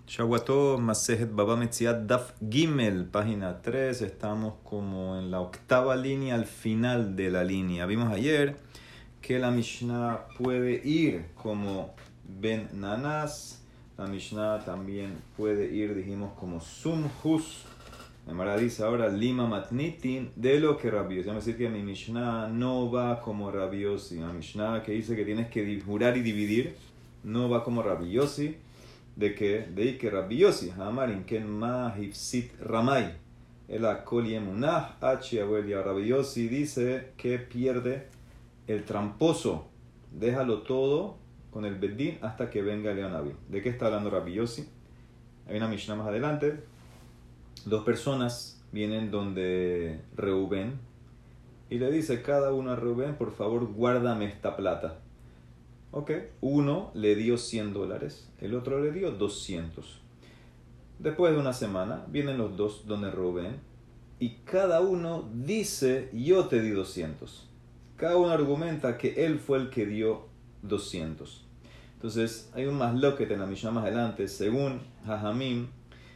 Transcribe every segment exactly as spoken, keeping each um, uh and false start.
Shawato Masejet Baba Metziat Daf Gimel, página tres. Estamos como en la octava línea, al final de la línea. Vimos ayer que la Mishnah puede ir como Ben Nanas. La Mishnah también puede ir, dijimos, como Sumhus. La Mara dice ahora Lima Matnitin de lo que Rabbi Yossi. Vamos a decir que mi Mishnah no va como Rabbi Yossi. La Mishnah que dice que tienes que jurar y dividir no va como Rabbi Yossi. ¿De qué? De que Rabbi Yossi, Hamarin, Ken Ma Hifsit Ramay, el Akol Yemunah, H. Abuelia. Rabbi Yossi dice que pierde el tramposo, déjalo todo con el Bedín hasta que venga el Naví. ¿De qué está hablando Rabbi Yossi? Hay una Mishnah más adelante. Dos personas vienen donde Reubén y le dice cada uno a Reubén, por favor, guárdame esta plata. Ok, uno le dio cien dólares, el otro le dio doscientos. Después de una semana, vienen los dos donde Reubén y cada uno dice, yo te di doscientos. Cada uno argumenta que él fue el que dio doscientos. Entonces, hay un masloquet en la Mishnah más adelante. Según Jajamim,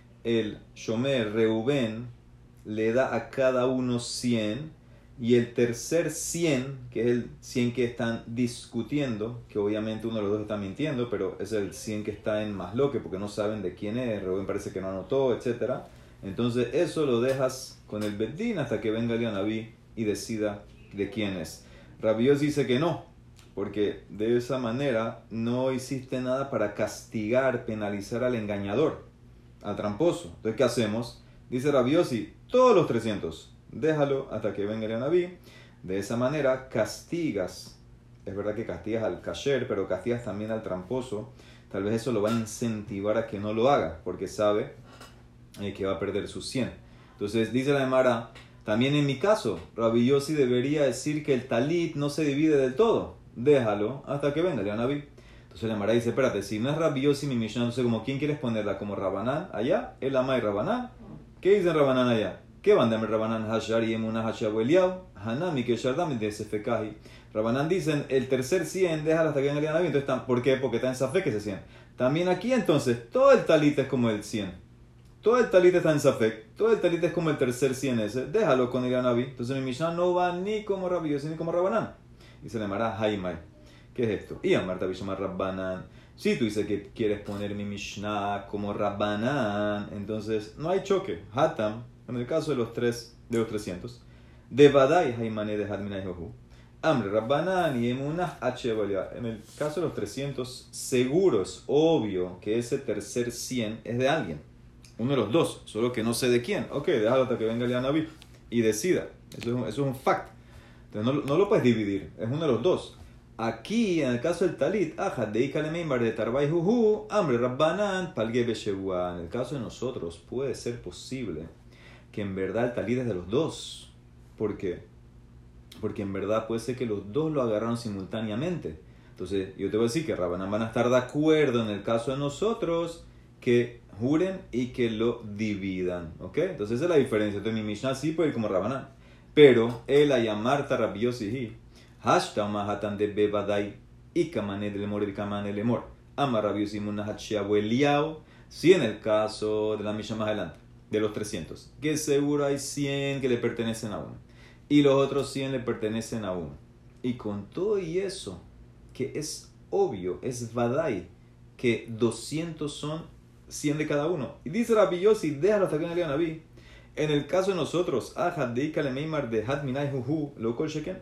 el Shomer Reubén le da a cada uno cien. Y el tercer cien, que es el cien que están discutiendo, que obviamente uno de los dos está mintiendo, pero es el cien que está en masloque porque no saben de quién es, Reubén parece que no anotó, etcétera. Entonces eso lo dejas con el Bedín hasta que venga el Naví y decida de quién es. Rabbi Yossi dice que no, porque de esa manera no hiciste nada para castigar, penalizar al engañador, al tramposo. Entonces, ¿qué hacemos? Dice Rabbi Yossi, todos los trescientos. Déjalo hasta que venga el Naví. De esa manera castigas. Es verdad que castigas al kasher, pero castigas también al tramposo. Tal vez eso lo va a incentivar a que no lo haga, porque sabe eh, que va a perder sus cien. Entonces dice la Gemara, también en mi caso, Rabbi Yossi debería decir que el talit no se divide del todo. Déjalo hasta que venga el Naví. Entonces la Gemara dice, espérate, si no es Rabbi Yossi mi Mishnah, entonces como ¿quién quieres ponerla? ¿Como Rabanán allá? ¿El Amay Rabanán? ¿Qué dice Rabanán allá? ¿Qué van de Rabanán Hashar y Emunah Hashabueliao? Hanami que Shardam de Sefekahi. Rabanán dicen el tercer cien, déjalo hasta que venga el Naví. Entonces, están, ¿por qué? Porque está en Safek ese cien. También aquí entonces, todo el talit es como el cien. Todo el talit está en Safek. Todo el talit es como el tercer cien ese. Déjalo con el Naví. Entonces mi Mishnah no va ni como Rabbi Yossi ni como Rabanán. Y se le llamará Haimai. ¿Qué es esto? Y Amarta Bishomar Rabbanán. Si tú dices que quieres poner mi Mishnah como Rabbanán, entonces no hay choque. Hatam. En el caso de los tres, de los trescientos, de Badai Haimane de Hadmina y Johu, Amre Rabbanan y Emunah H. En el caso de los trescientos, seguro es obvio que ese tercer cien es de alguien, uno de los dos, solo que no sé de quién. Ok, déjalo hasta que venga el Naví y decida. Eso es un, eso es un fact. Entonces no, no lo puedes dividir, es uno de los dos. Aquí, en el caso del talit, Ajad de Ikalemimbar de Tarbai Juhu, Amre Rabbanan, Palge Beshevua. En el caso de nosotros, puede ser posible que en verdad el talit es de los dos. ¿Por qué? Porque en verdad puede ser que los dos lo agarraron simultáneamente. Entonces yo te voy a decir que Rabbanán van a estar de acuerdo en el caso de nosotros que juren y que lo dividan. ¿Ok? Entonces esa es la diferencia. Entonces mi Mishnah sí puede ir como Rabbanán. Pero el ayamarta Rabbi Yossi hashta mahatan de bebadai y kamane del lemor y kamane del lemor. Amar Rabbi Yossi munahachyabueliao. Si en el caso de la Mishnah más adelante, de los trescientos, que seguro hay cien que le pertenecen a uno y los otros cien le pertenecen a uno, y con todo y eso que es obvio, es vadai que doscientos son cien de cada uno, y dice Rabbi Yossi, déjalo hasta que venga el Naví. En el caso de nosotros, Ajad de Ikalemimar de Hadminai Juhu lo kol sheken,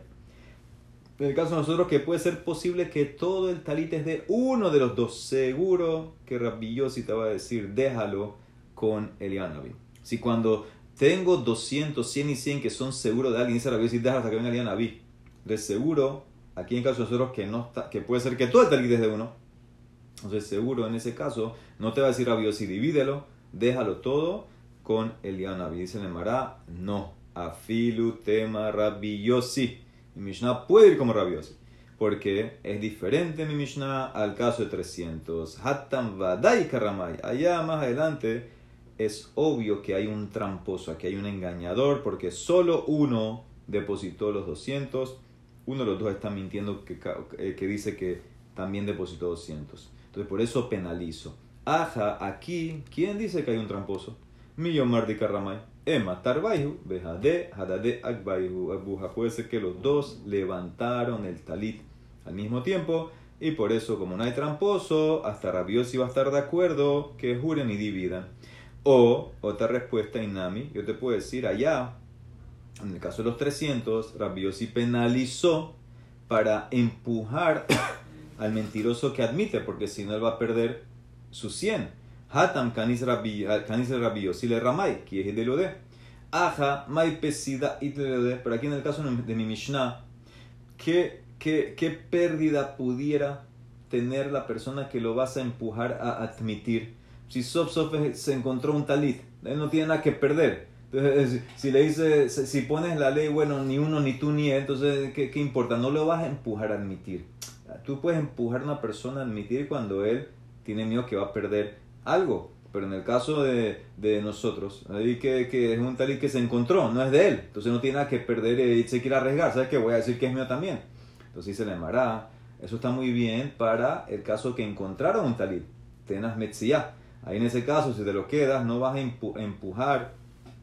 en el caso de nosotros que puede ser posible que todo el talit es de uno de los dos, seguro que Rabbi Yossi te va a decir déjalo con el Naví. Si cuando tengo doscientos, cien y cien que son seguros de alguien, dice Rabbi Yossi, déjalo hasta que venga el Naví. De seguro, aquí en el caso de nosotros que, no está, que puede ser que todo el talit es de uno, entonces seguro en ese caso no te va a decir Rabbi Yossi, divídelo, déjalo todo con el Naví. Dice el Emara, no, afilu tema Rabbi Yossi. Mi Mishnah puede ir como Rabbi Yossi, porque es diferente mi Mishnah al caso de trescientos. Hatam vadai karamai. Allá más adelante es obvio que hay un tramposo, que hay un engañador, porque solo uno depositó los doscientos, uno de los dos está mintiendo que, que dice que también depositó doscientos. Entonces por eso penalizo. Aja, aquí, ¿quién dice que hay un tramposo? Millomar de Carramay. Emma Tarbaihu, Bejade, Hadade Akbaihu, Abuja. Puede ser que los dos levantaron el talit al mismo tiempo y por eso, como no hay tramposo, hasta Rabbi Yossi va a estar de acuerdo que juren y dividan. O, otra respuesta, Inami, yo te puedo decir allá, en el caso de los trescientos, Rabbi Yossi penalizó para empujar al mentiroso que admite, porque si no él va a perder sus cien. Hatam canis Rabbi Yossi le ramay, que es de lo de. Aja, mai pesida y de lo de. Pero aquí en el caso de mi Mishnah, ¿qué, qué, qué pérdida pudiera tener la persona que lo vas a empujar a admitir? Si Sof Sof se encontró un talit, él no tiene nada que perder. Entonces, si le dices, si pones la ley, bueno, ni uno, ni tú, ni él, entonces, ¿qué, qué importa? No lo vas a empujar a admitir. Tú puedes empujar a una persona a admitir cuando él tiene miedo que va a perder algo. Pero en el caso de, de nosotros, ahí que, que es un talit que se encontró, no es de él. Entonces no tiene nada que perder y se quiere arriesgar. ¿Sabes qué? Voy a decir que es mío también. Entonces dice la Emara, eso está muy bien para el caso que encontraron un talit. Tenas metziyah. Ahí en ese caso, si te lo quedas, no vas a empu- empujar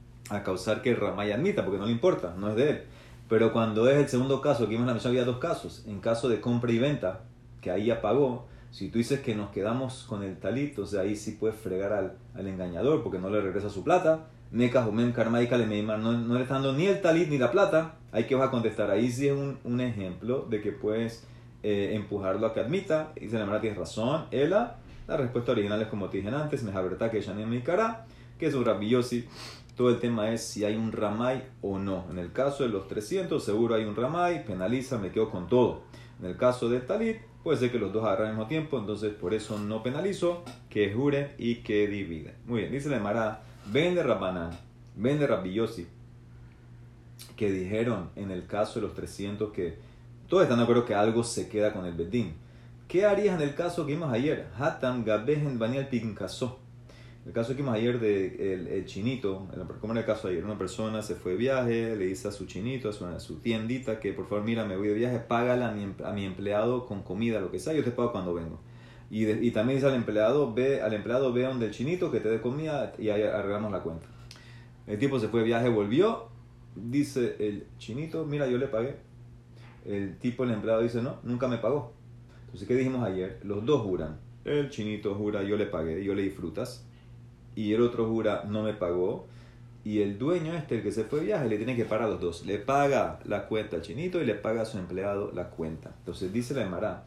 a causar que el Ramay admita, porque no le importa, no es de él. Pero cuando es el segundo caso, aquí vimos en la misión había dos casos. En caso de compra y venta, que ahí ya pagó, si tú dices que nos quedamos con el talit, entonces ahí sí puedes fregar al, al engañador, porque no le regresa su plata. Meca, Jumem, Karmaika, Lemeimar, no, no le está dando ni el talit ni la plata. Ahí que vas a contestar. Ahí sí es un, un ejemplo de que puedes eh, empujarlo a que admita. Y dice la verdad, tienes razón. Ela, la respuesta original es como te dije antes, me verdad que Shanem Mikara, que es un Rabbi Yossi. Todo el tema es si hay un ramay o no. En el caso de los trescientos, seguro hay un ramay, penaliza, me quedo con todo. En el caso del talit, puede ser que los dos agarren al mismo tiempo, entonces por eso no penalizo, que jure y que divide. Muy bien, dice la Emara, ven de Rabbanan, ven de Rabbi Yossi, que dijeron en el caso de los trescientos que todos están de acuerdo que algo se queda con el bedín. ¿Qué harías en el caso que vimos ayer? Hatam Gabehen Baniel Pinkasó. El caso que vimos ayer de el, el chinito, como en el caso de ayer, una persona se fue de viaje, le dice a su chinito, a su, a su tiendita, que por favor, mira, me voy de viaje, págale a mi, a mi empleado con comida, lo que sea, yo te pago cuando vengo. Y, de, y también dice al empleado, ve al empleado, ve donde el chinito que te dé comida y ahí arreglamos la cuenta. El tipo se fue de viaje, volvió, dice el chinito, mira, yo le pagué. El tipo, el empleado dice, no, nunca me pagó. Entonces, ¿qué dijimos ayer? Los dos juran. El chinito jura, yo le pagué, yo le di frutas. Y el otro jura, no me pagó. Y el dueño este, el que se fue de viaje, le tiene que pagar a los dos. Le paga la cuenta al chinito y le paga a su empleado la cuenta. Entonces dice la Emara,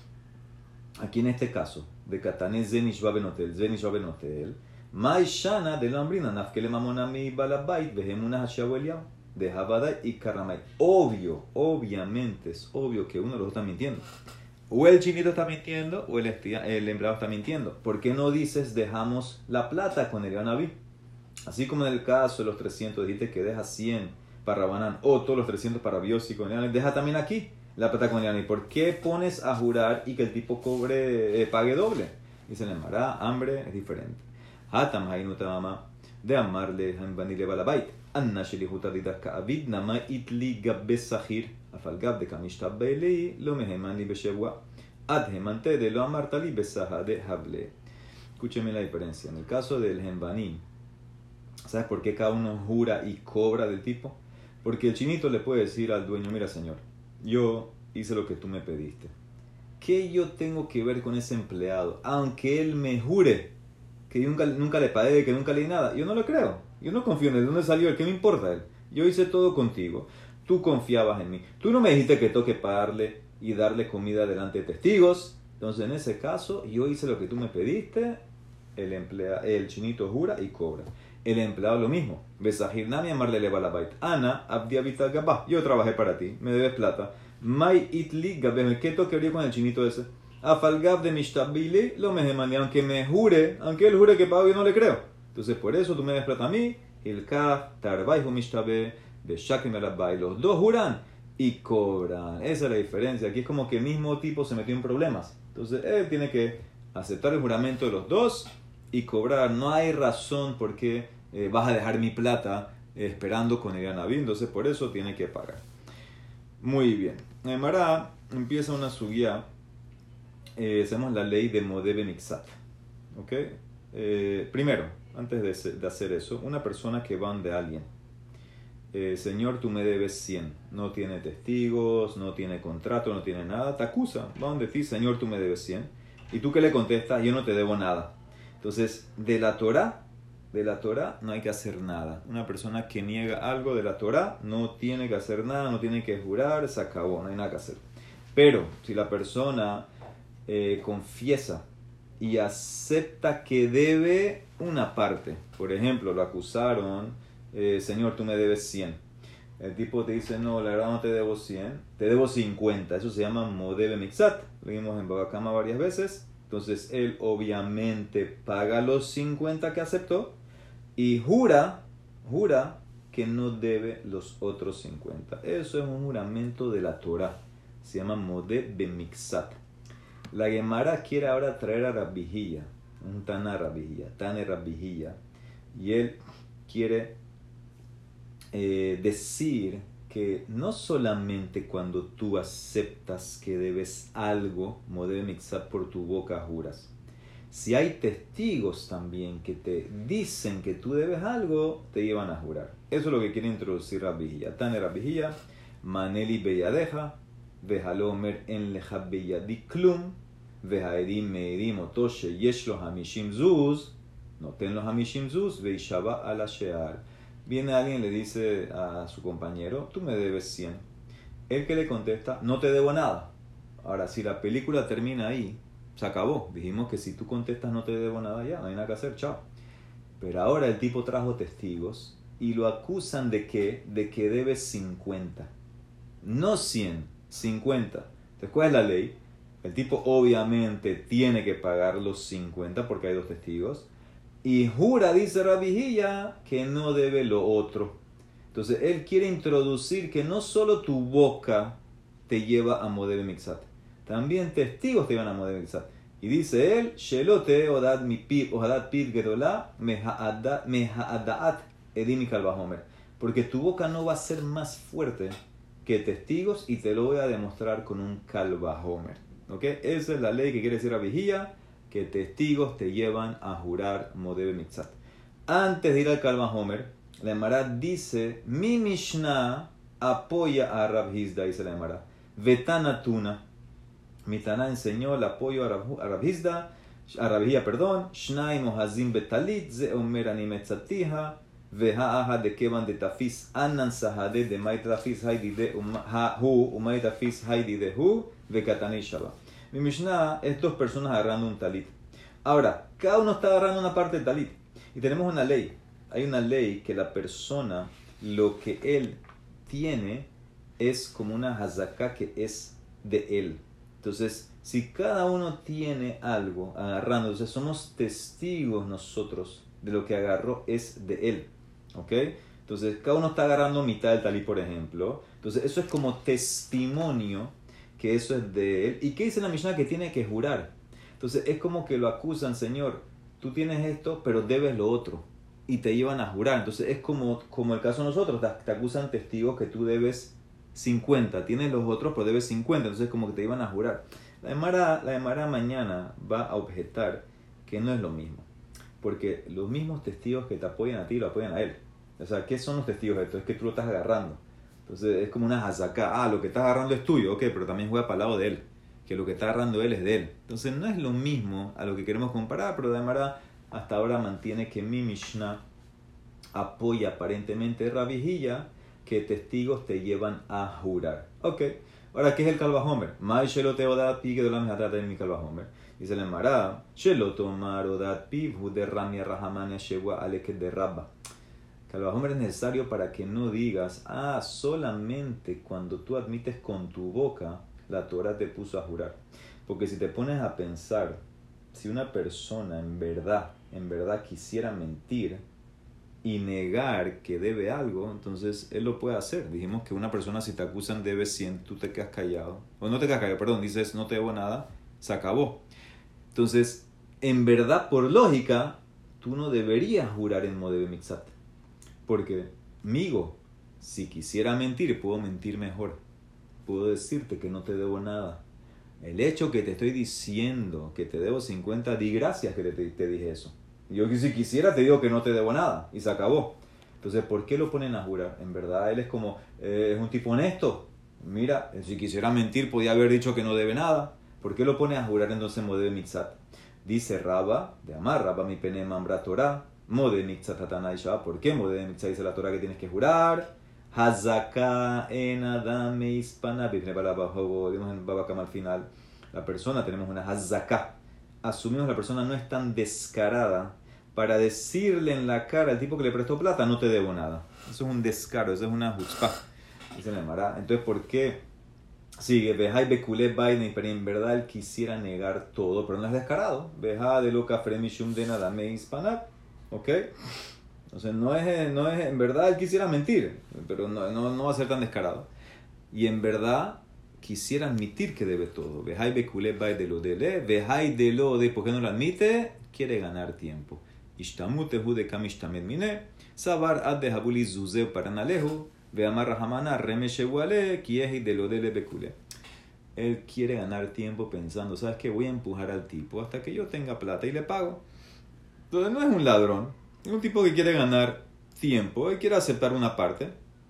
aquí en este caso, de Katané Zenishva Benotel, Zenishva Benotel, Maishana de la hambrina, Nafkele Mamonami Balabait, Vejemuna Hashabueliao, de Habadai y Karamay. Obvio, obviamente, es obvio que uno de los dos está mintiendo. O el chinito está mintiendo o el, el empleado está mintiendo. ¿Por qué no dices dejamos la plata con el Ganaví? Así como en el caso de los trescientos, dijiste que deja cien para Rabanán o todos los trescientos para Biossi con el Ganaví, deja también aquí la plata con el Ganaví. ¿Por qué pones a jurar y que el tipo cobre, eh, pague doble? Dice la Emara, hambre es diferente. Hatam Hainutama de amarle Hanbanile Balabait. Anna Shelihuta Didaka Avid Nama Itli Gabbe Sahir. Afalgab de Kamishtab Beili, lo meheman li beshevua, adhemante de lo amartali besaha de hable. Escúcheme la diferencia. En el caso del Henbanim, ¿sabes por qué cada uno jura y cobra del tipo? Porque el chinito le puede decir al dueño, mira señor, yo hice lo que tú me pediste. ¿Qué yo tengo que ver con ese empleado? Aunque él me jure que yo nunca, nunca le pagué, que nunca le di nada. Yo no lo creo. Yo no confío en él. ¿De dónde salió él? ¿Qué me importa él? Yo hice todo contigo. Tú confiabas en mí. Tú no me dijiste que toque pagarle y darle comida delante de testigos. Entonces, en ese caso, yo hice lo que tú me pediste. El, emplea, el chinito jura y cobra. El empleado lo mismo. Besahir nami amarle le balabait. Ana abdi abita gabá. Yo trabajé para ti. Me debes plata. Mai itli gabé. ¿Qué toque habría con el chinito ese? Afalgab de mishtabili lo mehemani. Aunque me jure, aunque él jure que pago, yo no le creo. Entonces, por eso tú me debes plata a mí. El kaf tarbaihu mishtabe. De Shakim el los dos juran y cobran. Esa es la diferencia. Aquí es como que el mismo tipo se metió en problemas. Entonces él tiene que aceptar el juramento de los dos y cobrar. No hay razón por qué eh, vas a dejar mi plata eh, esperando con el Ganaví. Entonces por eso tiene que pagar. Muy bien. En Mará empieza una suguía. Eh, hacemos la ley de Modebe Mixat. ¿Ok? Eh, primero, antes de, de hacer eso, una persona que va de alguien. Eh, Señor, tú me debes cien. No tiene testigos, no tiene contrato, no tiene nada. Te acusa. Va donde ti, Señor, tú me debes cien. Y tú que le contestas, yo no te debo nada. Entonces, de la Torah, de la Torah no hay que hacer nada. Una persona que niega algo de la Torah no tiene que hacer nada, no tiene que jurar, se acabó, no hay nada que hacer. Pero, si la persona eh, confiesa y acepta que debe una parte, por ejemplo, lo acusaron, eh, Señor, tú me debes cien. El tipo te dice, no, la verdad no te debo cien, te debo cincuenta. Eso se llama modebe mixat. Lo vimos en Baba Kama varias veces. Entonces él obviamente paga los cincuenta que aceptó y jura, jura que no debe los otros cincuenta. Eso es un juramento de la Torah. Se llama modebe mixat. La Gemara quiere ahora traer a Rabbi Hilla, un Tana Rabbi Hilla, Tane Rabbi Hilla, y él quiere eh, decir que no solamente cuando tú aceptas que debes algo, modebe mixat, por tu boca juras. Si hay testigos también que te dicen que tú debes algo, te llevan a jurar. Eso es lo que quiere introducir Rabbi Hilla. Tane Rabbi Hilla, Maneli Beyadeja, Vehalomer en leja beyadi klum, Vehaedim meidim oto sheyesh lo hamishim zuz, noten los hamishim zuz, veishaba ala shear. Viene alguien y le dice a su compañero, tú me debes cien. El que le contesta, no te debo nada. Ahora, si la película termina ahí, se acabó. Dijimos que si tú contestas no te debo nada, ya, no hay nada que hacer, chao. Pero ahora el tipo trajo testigos y lo acusan de que, de que debe cincuenta. No cien, cincuenta. Entonces, ¿cuál es la ley? El tipo obviamente tiene que pagar los cincuenta porque hay dos testigos. Y jura, dice Rabbi Hilla, que no debe lo otro. Entonces, él quiere introducir que no solo tu boca te lleva a modebe mixat, también testigos te llevan a modebe mixat. Y dice él, Shelote odad mi pib, ohadat pib gedolá, meha'adaat edim kal vahomer. Porque tu boca no va a ser más fuerte que testigos y te lo voy a demostrar con un kal vahomer. ¿Ok? Esa es la ley que quiere decir Rabbi Hilla, que testigos te llevan a jurar modebe mixat. Antes de ir al kal vahomer, la Emara dice, mi Mishnah apoya a Rabbi Hizda, dice la Emara. Vetana tuna. Mi Tana enseñó el apoyo a Rabbi Hizda, a Rabbi Hilla, perdón. Shnaim ohazim betalit, ze omer ani metzatiha, veha'aha de kevan de tafis anan sahade de mai tafis haidi de hu, umai tafis haidi de hu, vekatani shaba. Mi Mishnah es dos personas agarrando un talit. Ahora, cada uno está agarrando una parte del talit. Y tenemos una ley. Hay una ley que la persona, lo que él tiene, es como una hazaká que es de él. Entonces, si cada uno tiene algo agarrando, entonces somos testigos nosotros de lo que agarró es de él. ¿Ok? Entonces, cada uno está agarrando mitad del talit, por ejemplo. Entonces, eso es como testimonio que eso es de él. ¿Y qué dice la Mishnah? Que tiene que jurar. Entonces, es como que lo acusan, Señor, tú tienes esto, pero debes lo otro. Y te llevan a jurar. Entonces, es como, como el caso de nosotros. Te, te acusan testigos que tú debes cincuenta. Tienes los otros, pero debes cincuenta. Entonces, como que te iban a jurar. La Emara, la Emara mañana va a objetar que no es lo mismo. Porque los mismos testigos que te apoyan a ti, lo apoyan a él. O sea, ¿qué son los testigos de esto? Es que tú lo estás agarrando. Entonces, es como una hazaká. Ah, lo que estás agarrando es tuyo. Ok, pero también juega para el lado de él. Que lo que está agarrando él es de él. Entonces, no es lo mismo a lo que queremos comparar. Pero la Emara hasta ahora mantiene que mi Mishnah apoya aparentemente Rabbi Hilla, que testigos te llevan a jurar. Ok, ahora, ¿qué es el kal vahomer? Mai shelote odat pi gedolam hatat en mi kal vahomer. Dice la Emara, shelote omar odat pi hude ramia rahamane shegua aleket de rabba. Kal vahomer es necesario para que no digas, ah, solamente cuando tú admites con tu boca, la Torah te puso a jurar. Porque si te pones a pensar, si una persona en verdad, en verdad quisiera mentir y negar que debe algo, entonces él lo puede hacer. Dijimos que una persona, si te acusan debe cien, tú te quedas callado. O no te quedas callado, perdón, dices no te debo nada, se acabó. Entonces, en verdad, por lógica, tú no deberías jurar en modebe mixat. Porque, amigo, si quisiera mentir, puedo mentir mejor. Puedo decirte que no te debo nada. El hecho que te estoy diciendo que te debo cincuenta, di gracias que te, te, te dije eso. Yo si quisiera te digo que no te debo nada y se acabó. Entonces, ¿por qué lo ponen a jurar? En verdad, él es como, eh, es un tipo honesto. Mira, si quisiera mentir, podía haber dicho que no debe nada. ¿Por qué lo pone a jurar entonces Modé Mitzat? Dice Rabba, de Amar, Rabba mi pene mambra Torah, Modé Mitzat Hatanaisha. ¿Por qué Modé Mitzat dice la Torah que tienes que jurar? Hazaka en Adame Hispana. Vimos en Babakam al final. La persona, tenemos una Hazaka. Asumimos la persona no es tan descarada para decirle en la cara al tipo que le prestó plata, no te debo nada. Eso es un descaro, eso es una jutzpah. Dice la Gemara. Entonces, ¿por qué? Sigue, Vejai Bekule Biden, pero en verdad él quisiera negar todo, pero no es descarado. Veja de loca Fremishum de nada me hispanat. ¿Ok? Entonces, no es, no es, en verdad él quisiera mentir, pero no, no, no va a ser tan descarado. Y en verdad quisiera admitir que debe todo. Vejai Bekule Biden de lo dele, Vejai de lo de, ¿por qué no lo admite? Quiere ganar tiempo. Ishtamute de kamishtamed mine, sabar ad de habuli zuzeu paranalehu, veamar rahamana remeshewale, kiehi de lo dele bekule. Él quiere ganar tiempo pensando, ¿sabes qué? Voy a empujar al tipo hasta que yo tenga plata y le pago. Entonces no es un ladrón, es un tipo que quiere ganar tiempo, él quiere aceptar una parte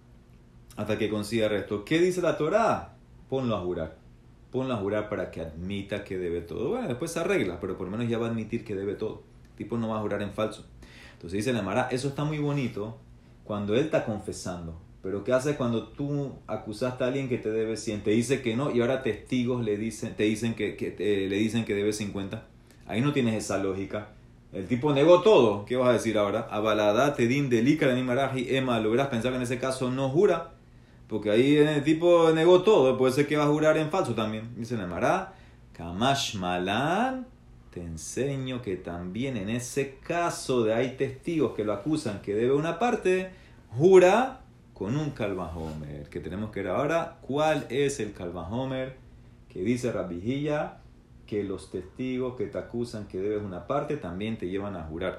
hasta que consiga el resto. ¿Qué dice la Torah? Ponlo a jurar. Ponlo a jurar para que admita que debe todo. Bueno, después se arregla, pero por lo menos ya va a admitir que debe todo. El tipo no va a jurar en falso. Entonces dice la Mara, eso está muy bonito cuando él está confesando. Pero ¿qué haces cuando tú acusaste a alguien que te debe cien? Te dice que no y ahora testigos le dicen, te dicen que, que te, le dicen que debe cincuenta. Ahí no tienes esa lógica. El tipo negó todo. ¿Qué vas a decir ahora? Abalada te din delika de mi maraji ema. Logras pensar que en ese caso no jura. Porque ahí el tipo negó todo. Puede ser que va a jurar en falso también. Dice la Mara, Kamash Malan. Te enseño que también en ese caso de hay testigos que lo acusan que debe una parte, jura con un Kalvahomer. Que tenemos que ver ahora cuál es el Kalvahomer que dice Rabbi Hilla que los testigos que te acusan que debes una parte también te llevan a jurar.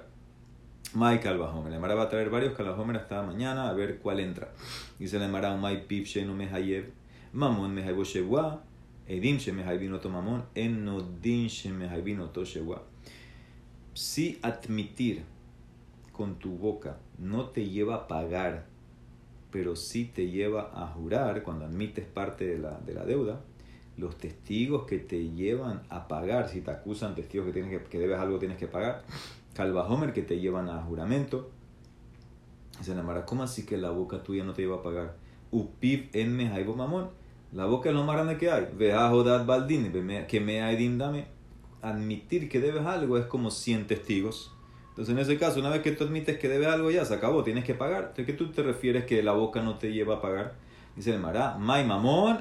Mai Kalvahomer. La Mara va a traer varios Kalvahomer hasta mañana a ver cuál entra. Dice la Mara, Mai Pip Shenu Mehayev, Mamon Mehaybo Shevua. Edim shemehayvinoto mamón, enodin shemehayvinoto shewa. Si admitir con tu boca no te lleva a pagar, pero sí te lleva a jurar, cuando admites parte de la, de la deuda, los testigos que te llevan a pagar, si te acusan testigos que, tienes que, que debes algo tienes que pagar, Kalvahomer que te llevan a juramento. Se llamará, ¿cómo así que la boca tuya no te lleva a pagar? Upiv en mehayvo mamón. La boca es lo más grande que hay. Veja jodat baldin, que me aidim dame. Admitir que debes algo es como cien testigos. Entonces, en ese caso, una vez que tú admites que debes algo, ya se acabó, tienes que pagar. ¿De qué tú te refieres que la boca no te lleva a pagar? Dice el Mará, mai mamón,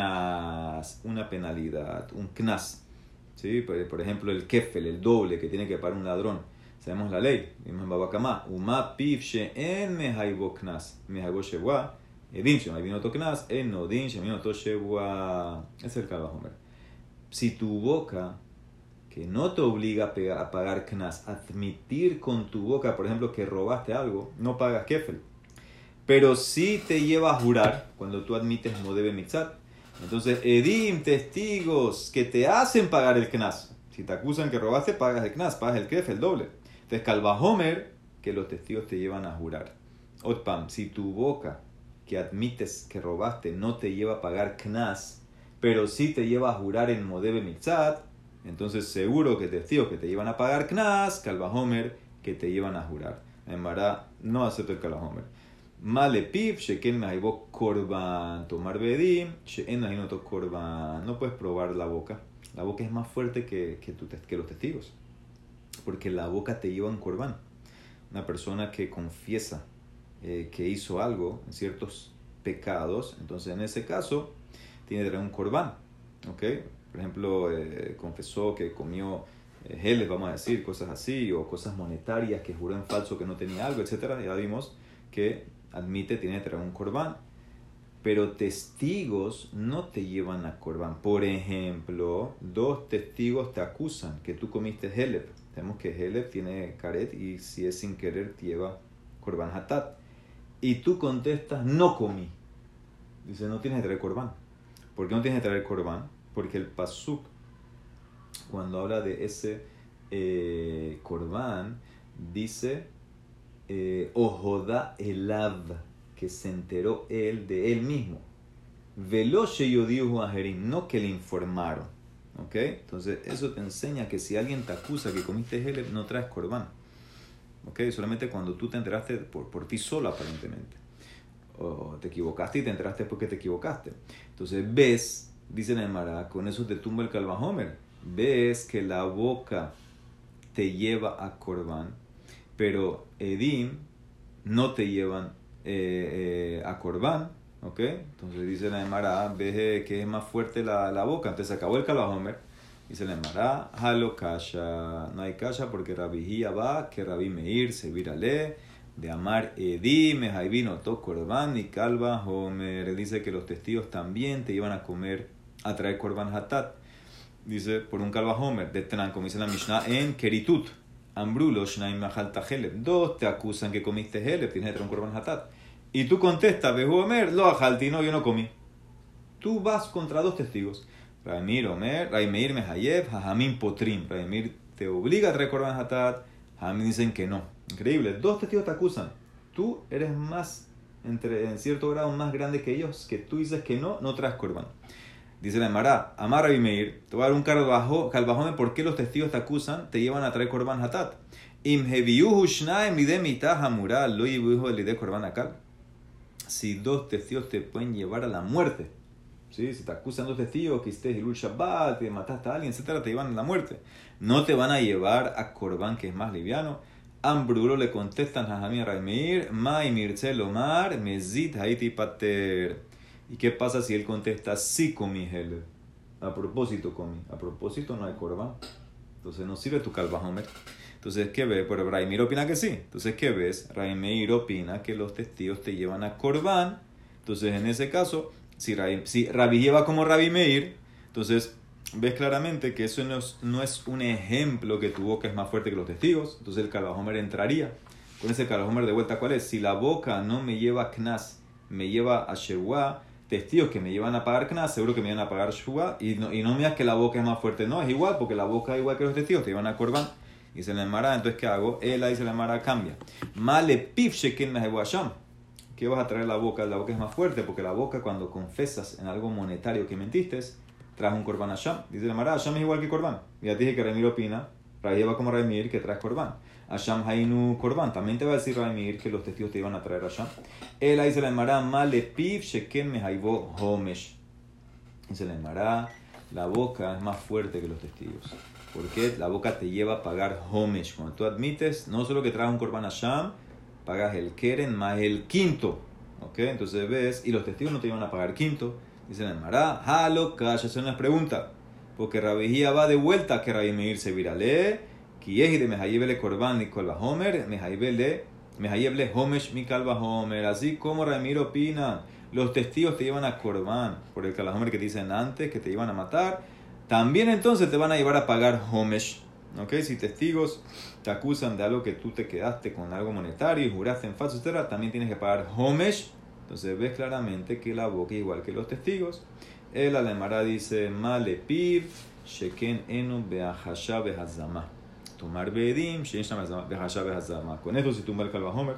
knas, una penalidad, un knas. ¿Sí? Por ejemplo, el kefel, el doble que tiene que pagar un ladrón. Sabemos la ley. Vimos en Babacamá. Uma pifshe en mehaibo knas, mehaibo shewa. Edim shemehayvinoto knas, enodin shemehayvinoto shewa. Es el Kalvahomer. Si tu boca, que no te obliga a pagar knas, admitir con tu boca, por ejemplo, que robaste algo, no pagas kefel. Pero sí te lleva a jurar cuando tú admites modebe mitzat. Entonces, edim, testigos que te hacen pagar el knas. Si te acusan que robaste, pagas el knas, pagas el kefel, el doble. Entonces, Kalvahomer, que los testigos te llevan a jurar. Otpam, si tu boca que admites que robaste no te lleva a pagar knas, pero sí te lleva a jurar en modebe mitzat, entonces seguro que testigos que te llevan a pagar knas, Kalvahomer, que te llevan a jurar. En Mará no acepto el Kalvahomer. Male pip, sheken mehaybo korban, tomar bedim, sheen mahinoto korban. No puedes probar la boca. La boca es más fuerte que, que, tu, que los testigos, porque la boca te lleva a un korban. Una persona que confiesa eh, que hizo algo, ciertos pecados, entonces en ese caso tiene que tener un korban. ¿Okay? Por ejemplo, eh, confesó que comió eh, geles, vamos a decir, cosas así, o cosas monetarias, que juró en falso que no tenía algo, etcétera. Ya vimos que admite, tiene que traer un corbán. Pero testigos no te llevan a corbán. Por ejemplo, dos testigos te acusan que tú comiste helep. Sabemos que helep tiene caret y si es sin querer te lleva corbán hatat. Y tú contestas, no comí. Dice, no tienes que traer corbán. ¿Por qué no tienes que traer corbán? Porque el pasuk, cuando habla de ese eh, Corbán, dice eh, Ojoda Elav, que se enteró él de él mismo. Velo sheyodihu ajerim, no que le informaron. ¿Ok? Entonces, eso te enseña que si alguien te acusa que comiste heleb, no traes Corbán. ¿Ok? Solamente cuando tú te enteraste por, por ti solo, aparentemente. O te equivocaste y te enteraste porque te equivocaste. Entonces, ves, dice la Gemara, con eso te tumba el Calvajomer. Ves que la boca te lleva a Corbán, pero Edim no te llevan eh, eh, a Corbán. ¿Ok? Entonces dice la Gemara, ves que es más fuerte la, la boca. Entonces acabó el Calvajomer. Dice la Gemara, Halo Kasha. No hay Kasha porque Rabbi Hía va, que Rabbi Meir se virale, de Amar Edim, Mejaivino, To Corbán y Calvajomer. Dice que los testigos también te iban a comer, a traer Corbán Hatat. Dice, por un Calvajomer, de Tran, como dice la Mishnah, en Keritut. Ambrulo, Shnaim Mahalta Heleb. Dos te acusan que comiste Heleb, tienes que traer un Corbán Hatat. Y tú contestas, Behu Omer, lo ajalti, no, yo no comí. Tú vas contra dos testigos. Raimir Omer, Raimir Mehayev, Jajamim Potrim. Raimir te obliga a traer Korban Hatat, Jajamim dicen que no. Increíble, dos testigos te acusan. Tú eres más, entre, en cierto grado, más grande que ellos, que tú dices que no, no traes Korban. Dice la Emara, Amar Rabbi Meir, te voy a dar un calvajón de por qué los testigos te acusan, te llevan a traer Korban Hatat. Im Heviyuhu Shnaim Lide Mitah Hamura, Lo Yibuhu Lide Korban Akal. Si dos testigos te pueden llevar a la muerte, ¿sí? Si te acusan dos testigos que hiciste Hilul Shabbat, te mataste a alguien, etcétera, te llevan a la muerte. No te van a llevar a Corbán, que es más liviano. Ambruro le contestan a Jajamim Rabbi Meir, Mai Mirce Lomar, Mezit Haiti Pater. ¿Y qué pasa si él contesta, sí comí Heleb? A propósito comí. A propósito no hay Corbán. Entonces no sirve tu Calvajomer. Entonces, ¿qué ves? Pero Rabbi Meir opina que sí. Entonces, ¿qué ves? Rabbi Meir opina que los testigos te llevan a Corbán. Entonces, en ese caso, si Rabbi, si Rabbi lleva como Rabbi Meir, entonces ves claramente que eso no es, no es un ejemplo que tu boca es más fuerte que los testigos. Entonces, el Calvajomer entraría. Con ese Calvajomer de vuelta, ¿cuál es? Si la boca no me lleva a Knas, me lleva a Shewa, testigos que me llevan a pagar Knas, seguro que me iban a pagar Shewa. Y no, y no me digas que la boca es más fuerte. No, es igual, porque la boca es igual que los testigos, te llevan a Corbán. Dice la Emara, entonces ¿qué hago? Él dice la Emara, cambia. Male pif sheken mehebu Hashem. ¿Qué vas a traer la boca? La boca es más fuerte, porque la boca cuando confesas en algo monetario que mentiste, traes un Korban Hashem. Dice la Emara, Hashem es igual que Korban. Y ya te dije que Rabbi Meir opina, Rabbi lleva como Rabbi Meir que traes Korban. Hashem hainu Korban. También te va a decir Rabbi Meir que los testigos te iban a traer Hashem. Él dice la Emara, Male pif sheken mehebu homesh. Dice la Emara, la boca es más fuerte que los testigos. Porque la boca te lleva a pagar homesh. Cuando tú admites, no solo que traes un Korban Hashem, pagas el keren más el quinto. ¿Ok? Entonces ves, y los testigos no te llevan a pagar quinto. Dicen el Mará, halo, calla, es una pregunta. Porque Rabbi Hía va de vuelta que Rabbi Meir se virale, que es de mehayebele Korban ni Kolvahomer, mehayebele, mehayebele homesh mi Kalvahomer. Así como Rabbi Meir opina, los testigos te llevan a Korban por el Kalvahomer que te dicen antes, que te iban a matar. También entonces te van a llevar a pagar homesh. ¿Ok? Si testigos te acusan de algo que tú te quedaste con algo monetario y juraste en falso, etcétera, también tienes que pagar homesh. Entonces ves claramente que la boca es igual que los testigos. El Alemara dice, Male piv, sheken enu beahasha behazama. Tomar bedim, sheisham behasha behazama. Con esto, si tumba el Kalvahomer,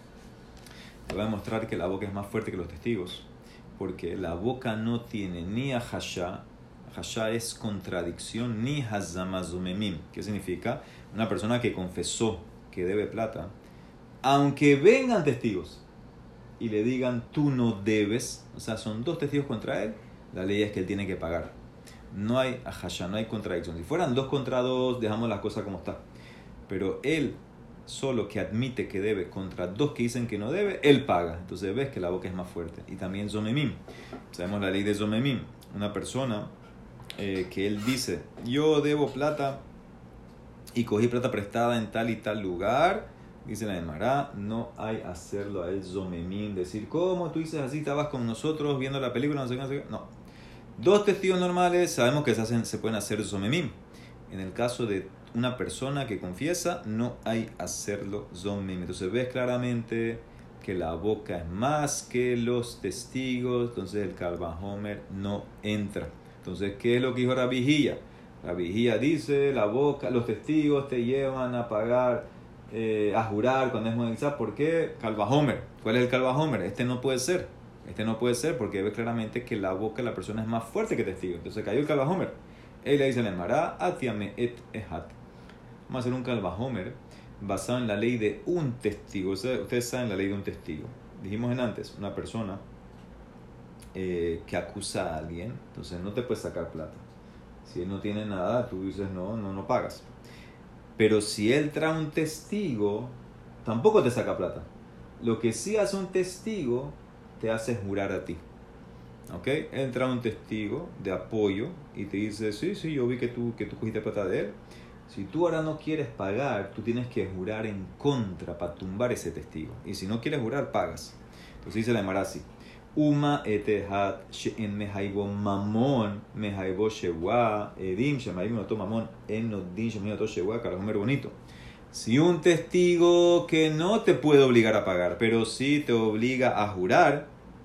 te voy a demostrar que la boca es más fuerte que los testigos. Porque la boca no tiene ni ahasha. Hasha es contradicción, ni hazama zomemim. ¿Qué significa? Una persona que confesó que debe plata, aunque vengan testigos y le digan tú no debes, o sea, son dos testigos contra él, la ley es que él tiene que pagar. No hay hasha, no hay contradicción. Si fueran dos contra dos, dejamos la cosa como está. Pero él, solo que admite que debe contra dos que dicen que no debe, él paga. Entonces ves que la boca es más fuerte. Y también zomemim. Sabemos la ley de zomemim. Una persona Eh, que él dice, yo debo plata y cogí plata prestada en tal y tal lugar, dice la Emara, no hay hacerlo a él zomemim, decir, ¿cómo tú dices así? Estabas con nosotros viendo la película, no sé qué, no sé qué. No. Dos testigos normales sabemos que se, hacen, se pueden hacer zomemim. En el caso de una persona que confiesa, no hay hacerlo zomemim. Entonces ves claramente que la boca es más que los testigos, entonces el Kalvahomer no entra. Entonces, ¿qué es lo que dijo Rabbi Hilla? Rabbi Hilla dice, la boca, los testigos te llevan a pagar, eh, a jurar cuando es monetizar. ¿Por qué? Calvajomer. ¿Cuál es el calvajomer? Este no puede ser. Este no puede ser porque ve claramente que la boca de la persona es más fuerte que testigo. Entonces cayó el calvajomer. Él le dice, le mará, atiame et ehat. Vamos a hacer un calvajomer basado en la ley de un testigo. Ustedes saben la ley de un testigo. Dijimos en antes, una persona eh, que acusa a alguien, entonces no te puedes sacar plata. Si él no tiene nada, tú dices no, no, no pagas. Pero si él trae un testigo, tampoco te saca plata. Lo que sí hace un testigo, te hace jurar a ti. ¿Ok? Él trae un testigo de apoyo y te dice, sí, sí, yo vi que tú, que tú cogiste plata de él. Si tú ahora no quieres pagar, tú tienes que jurar en contra para tumbar ese testigo. Y si no quieres jurar, pagas. Entonces dice la Gemara así. Uma etehat she'en mehaibo mamón, mehaibo shewa, edim shemayim noto mamón, en nodim shemayim noto shewa, carajomer bonito. Si un testigo que no te puede obligar a pagar, pero sí te obliga a jurar,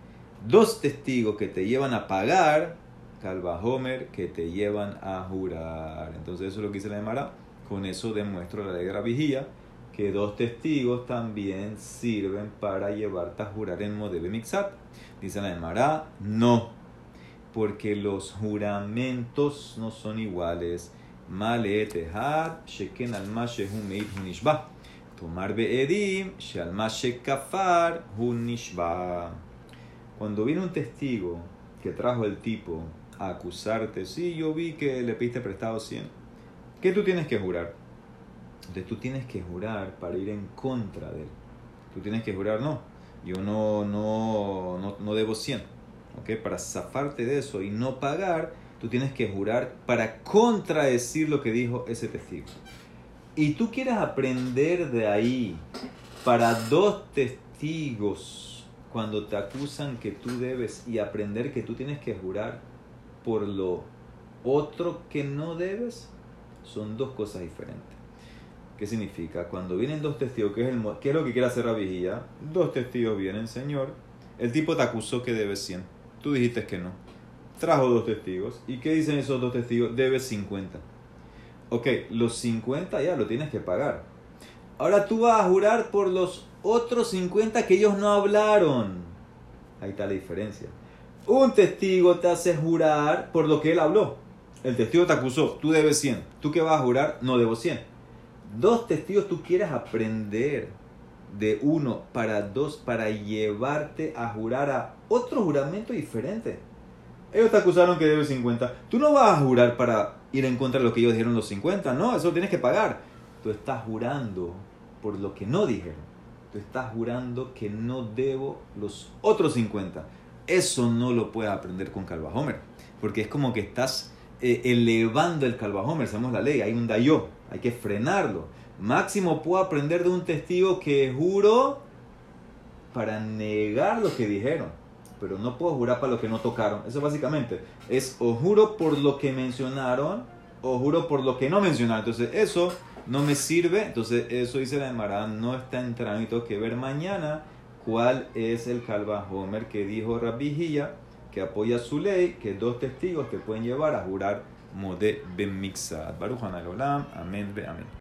dos testigos que te llevan a pagar, calvajomer, que te llevan a jurar. Entonces eso es lo que dice la Gemara. Con eso demuestro la ley de la vigía, que dos testigos también sirven para llevarte a jurar en modebe mixat. Dice la Gemara, no, porque los juramentos no son iguales. Male tehad, sheken alma shehun meit hunishba. Tomar beedim, she alma shekafar hunishba. Cuando viene un testigo que trajo el tipo a acusarte, sí, yo vi que le pediste prestado cien, ¿qué tú tienes que jurar? Entonces tú tienes que jurar para ir en contra de él. Tú tienes que jurar, no, yo no, no, no, no debo cien. ¿Okay? Para zafarte de eso y no pagar, tú tienes que jurar para contradecir lo que dijo ese testigo. Y tú quieres aprender de ahí para dos testigos cuando te acusan que tú debes y aprender que tú tienes que jurar por lo otro que no debes, son dos cosas diferentes. ¿Qué significa? Cuando vienen dos testigos, ¿qué es, el, qué es lo que quiere hacer la vigía? Dos testigos vienen, señor, el tipo te acusó que debes cien, tú dijiste que no, trajo dos testigos, ¿y qué dicen esos dos testigos? Debes cincuenta. Ok, los cincuenta ya lo tienes que pagar. Ahora tú vas a jurar por los otros cincuenta que ellos no hablaron. Ahí está la diferencia. Un testigo te hace jurar por lo que él habló. El testigo te acusó, tú debes cien. ¿Tú qué vas a jurar? No debo cien. Dos testigos, tú quieres aprender de uno para dos para llevarte a jurar a otro juramento diferente. Ellos te acusaron que debes cincuenta. Tú no vas a jurar para ir en contra de lo que ellos dijeron los cincuenta. No, eso lo tienes que pagar. Tú estás jurando por lo que no dijeron. Tú estás jurando que no debo los otros cincuenta. Eso no lo puedes aprender con calvajomer. Porque es como que estás eh, elevando el calvajomer. Sabemos la ley, hay un dayo. Hay que frenarlo. Máximo puedo aprender de un testigo que juro para negar lo que dijeron. Pero no puedo jurar para lo que no tocaron. Eso básicamente es o juro por lo que mencionaron o juro por lo que no mencionaron. Entonces eso no me sirve. Entonces eso dice la Gemara, no está en trámite que ver mañana cuál es el calvajomer que dijo Rabbi Hilla, que apoya su ley, que dos testigos te pueden llevar a jurar modé ben mixad. Baruch Hanay Olam. Amén ve amén.